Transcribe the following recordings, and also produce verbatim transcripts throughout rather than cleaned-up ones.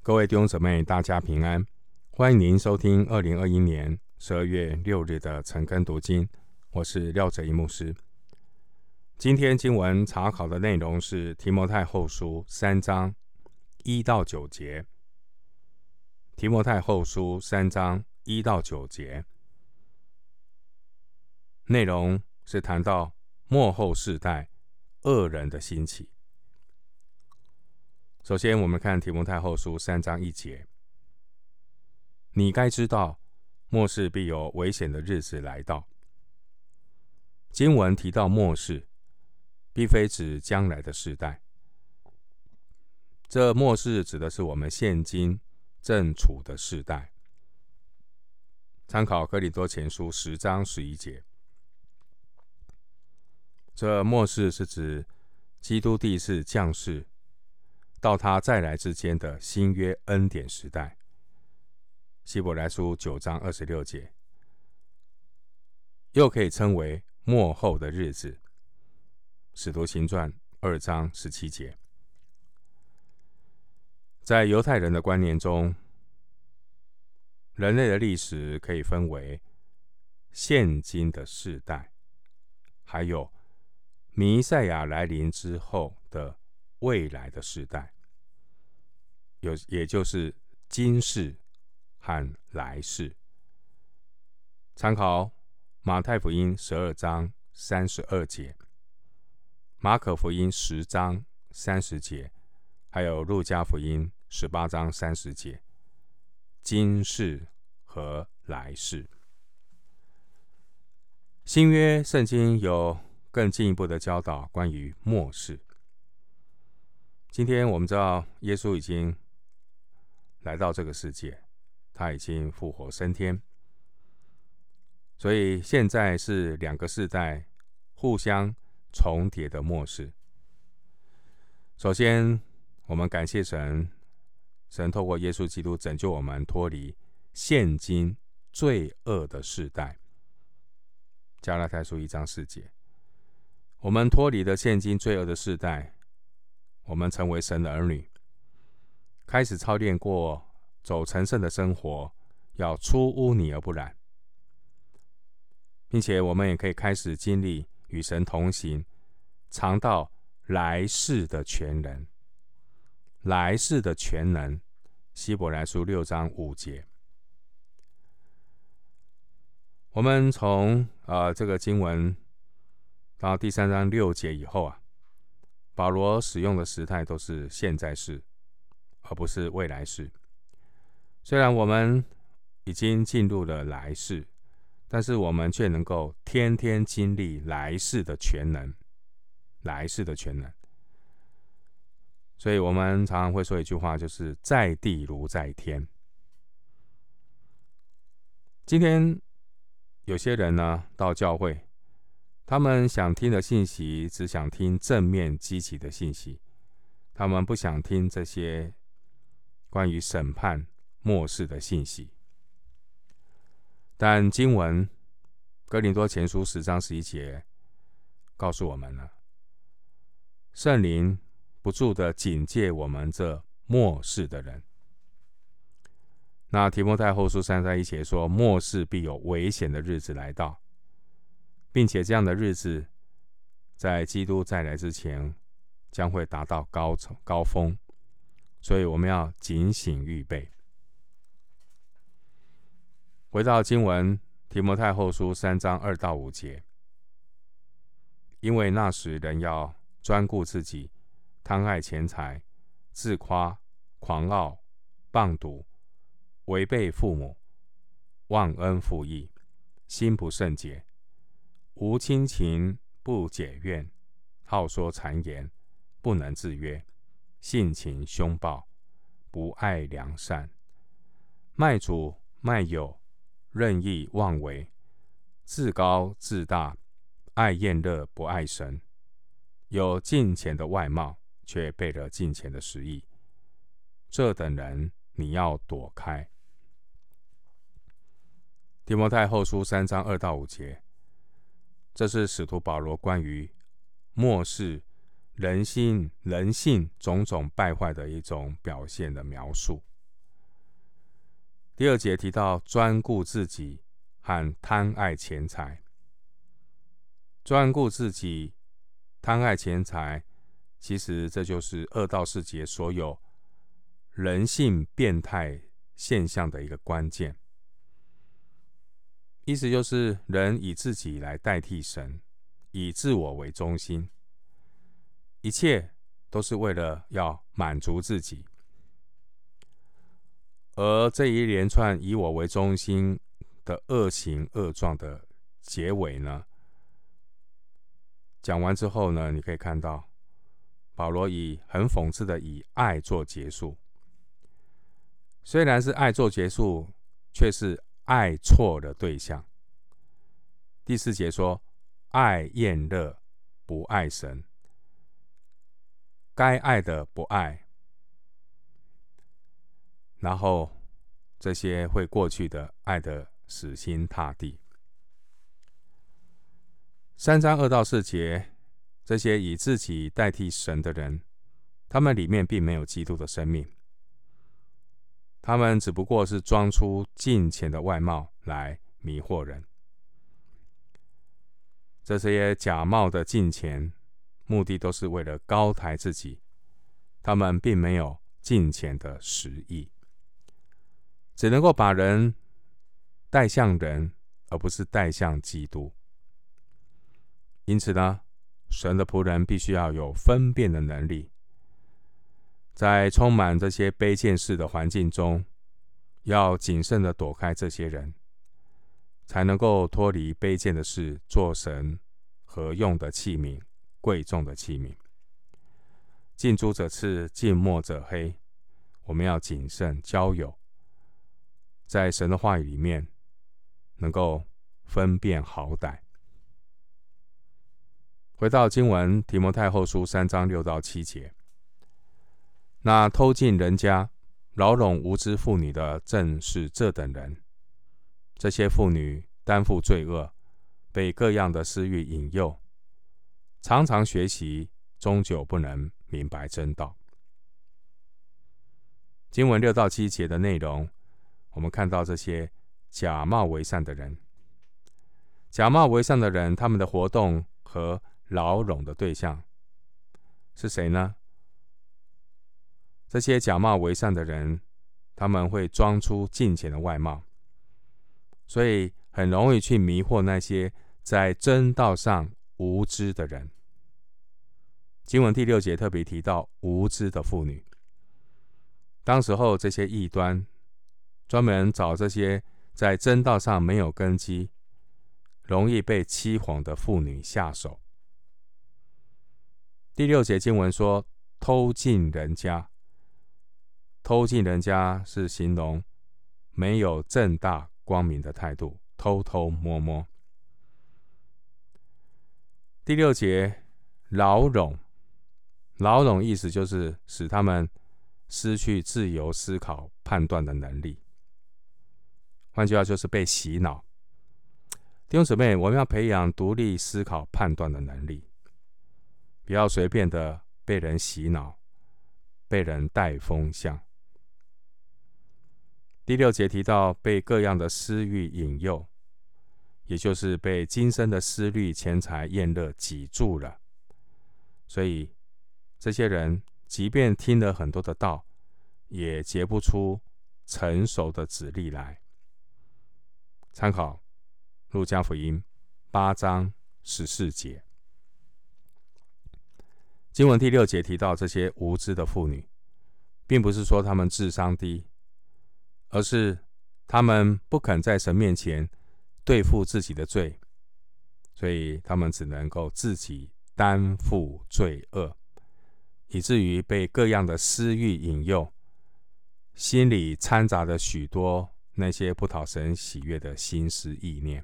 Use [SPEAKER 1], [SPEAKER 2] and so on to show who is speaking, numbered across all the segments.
[SPEAKER 1] 各位弟兄姊妹，大家平安！欢迎您收听二零二一年十二月六日的晨更读经，我是廖哲一牧师。今天经文查考的内容是提摩太后书三章一到九节。提摩太后书三章一到九节，内容是谈到末后世代恶人的兴起。首先，我们看提摩太后书三章一节，你该知道，末世必有危险的日子来到。经文提到末世，并非指将来的世代，这末世指的是我们现今正处的世代。参考哥林多前书十章十一节，这末世是指基督第一次降世到他再来之间的新约恩典时代。希伯来书九章二十六节，又可以称为末后的日子。使徒行传二章十七节。在犹太人的观念中，人类的历史可以分为现今的世代，还有弥赛亚来临之后的未来的世代，有也就是今世和来世。参考马太福音十二章三十二节，马可福音十章三十节，还有路加福音十八章三十节，今世和来世。新约圣经有更进一步的教导关于末世。今天我们知道耶稣已经来到这个世界，他已经复活升天，所以现在是两个世代互相重叠的末世。首先，我们感谢神，神透过耶稣基督拯救我们脱离现今罪恶的世代。加拉太书一章四节，我们脱离了现今罪恶的世代，我们成为神的儿女，开始操练过走成圣的生活，要出污泥而不染，并且我们也可以开始经历与神同行，尝到来世的全能。来世的全能，希伯来书六章五节。我们从呃这个经文到第三章六节以后啊，保罗使用的时态都是现在式，而不是未来式。虽然我们已经进入了来世，但是我们却能够天天经历来世的全能，来世的全能。所以我们常常会说一句话，就是在地如在天。今天有些人呢到教会，他们想听的信息只想听正面积极的信息，他们不想听这些关于审判末世的信息。但经文哥林多前书十章十一节告诉我们了，圣灵不住的警戒我们这末世的人。那提摩太后书三章一节说，末世必有危险的日子来到，并且这样的日子在基督再来之前将会达到 高, 高峰，所以我们要警醒预备。回到经文，提摩太后书三章二到五节，因为那时人要专顾自己，贪爱钱财，自夸，狂傲，谤赌，违背父母，忘恩负义，心不圣洁，无亲情，不解怨，好说谗言，不能自约，性情凶暴，不爱良善，卖主卖友，任意妄为，自高自大，爱厌乐，不爱神，有敬虔的外貌，却背了敬虔的实意。这等人你要躲开。提摩太后书三章二到五节，这是使徒保罗关于末世人心人性种种败坏的一种表现的描述。 第二节提到专顾自己和贪爱钱财。专顾自己、贪爱钱财，其实这就是二到四节所有人性变态现象的一个关键。意思就是人以自己来代替神，以自我为中心，一切都是为了要满足自己。而这一连串以我为中心的恶行恶状的结尾呢，讲完之后呢，你可以看到保罗以很讽刺的以爱做结束。虽然是爱做结束，却是爱错了对象。第四节说，爱厌乐，不爱神，该爱的不爱，然后这些会过去的爱的死心塌地。三章二到四节，这些以自己代替神的人，他们里面并没有基督的生命，他们只不过是装出敬虔的外貌来迷惑人。这些假冒的敬虔，目的都是为了高抬自己，他们并没有敬虔的实意，只能够把人带向人，而不是带向基督。因此呢，神的仆人必须要有分辨的能力，在充满这些卑贱事的环境中，要谨慎地躲开这些人，才能够脱离卑贱的事，做神合用的器皿，贵重的器皿。近朱者赤，近墨者黑，我们要谨慎交友，在神的话语里面能够分辨好歹。回到经文，提摩太后书三章六到七节，那偷进人家、扰拢无知妇女的，正是这等人。这些妇女担负罪恶，被各样的私欲引诱，常常学习，终究不能明白真道。经文六到七节的内容，我们看到这些假冒为善的人。假冒为善的人，他们的活动和扰拢的对象是谁呢？这些假冒为善的人，他们会装出敬虔的外貌，所以很容易去迷惑那些在真道上无知的人。经文第六节特别提到无知的妇女。当时候这些异端专门找这些在真道上没有根基、容易被欺哄的妇女下手。第六节经文说，偷进人家。偷进人家是形容没有正大光明的态度，偷偷摸摸。第六节扰拢，扰拢意思就是使他们失去自由思考判断的能力，换句话就是被洗脑。弟兄姊妹，我们要培养独立思考判断的能力，不要随便的被人洗脑，被人带风向。第六节提到被各样的私欲引诱，也就是被今生的思虑、钱财、厌乐挤住了。所以这些人即便听了很多的道，也结不出成熟的子粒来。参考路加福音八章十四节。经文第六节提到这些无知的妇女，并不是说她们智商低，而是他们不肯在神面前对付自己的罪，所以他们只能够自己担负罪恶，以至于被各样的私欲引诱，心里掺杂着许多那些不讨神喜悦的心思意念。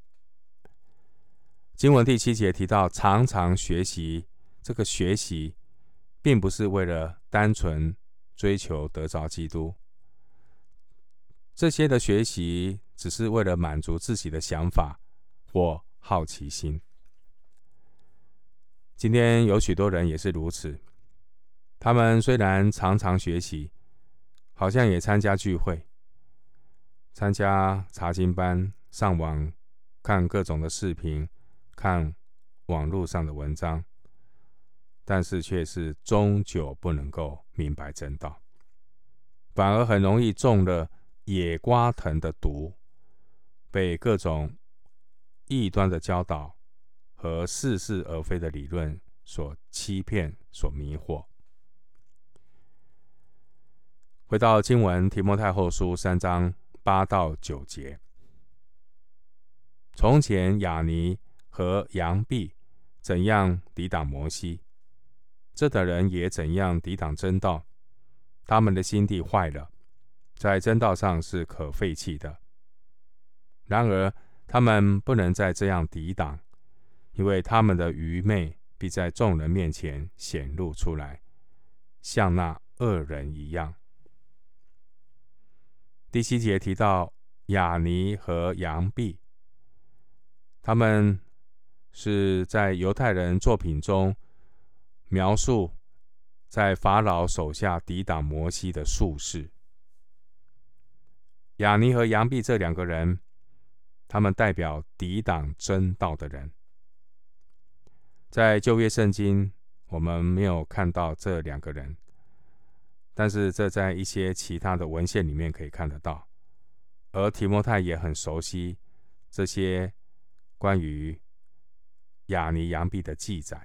[SPEAKER 1] 经文第七节提到常常学习，这个学习并不是为了单纯追求得着基督，这些的学习只是为了满足自己的想法或好奇心。今天有许多人也是如此，他们虽然常常学习，好像也参加聚会， 参加查经班，上网看各种的视频，看网络上的文章，但是却是终究不能够明白真道，反而很容易中了野瓜藤的毒，被各种异端的教导和似是而非的理论所欺骗、所迷惑。回到经文提摩太后书三章八到九节，从前亚尼和杨毕怎样抵挡摩西，这等人也怎样抵挡真道。他们的心地坏了，在真道上是可废弃的。然而他们不能再这样抵挡，因为他们的愚昧必在众人面前显露出来，像那恶人一样。第七节提到亚尼和杨毕，他们是在犹太人作品中描述在法老手下抵挡摩西的术士。亚尼和杨毕这两个人，他们代表抵挡真道的人。在旧约圣经，我们没有看到这两个人，但是这在一些其他的文献里面可以看得到。而提摩太也很熟悉这些关于亚尼、杨毕的记载。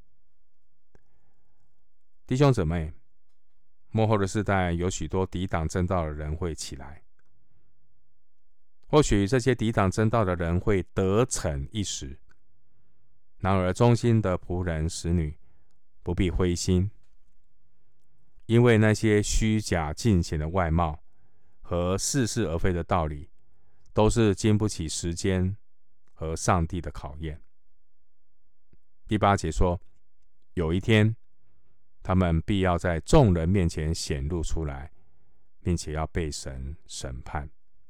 [SPEAKER 1] 弟兄姊妹，末后的世代有许多抵挡真道的人会起来，或许这些抵挡真道的人会得逞一时，然而忠心的仆人使女不必灰心，因为那些虚假敬虔的外貌和似是而非的道理，都是经不起时间和上帝的考验。第八节说，有一天他们必要在众人面前显露出来，并且要被神审判。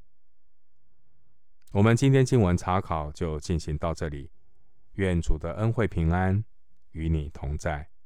[SPEAKER 1] 我们今天经文查考就进行到这里，愿主的恩惠平安与你同在。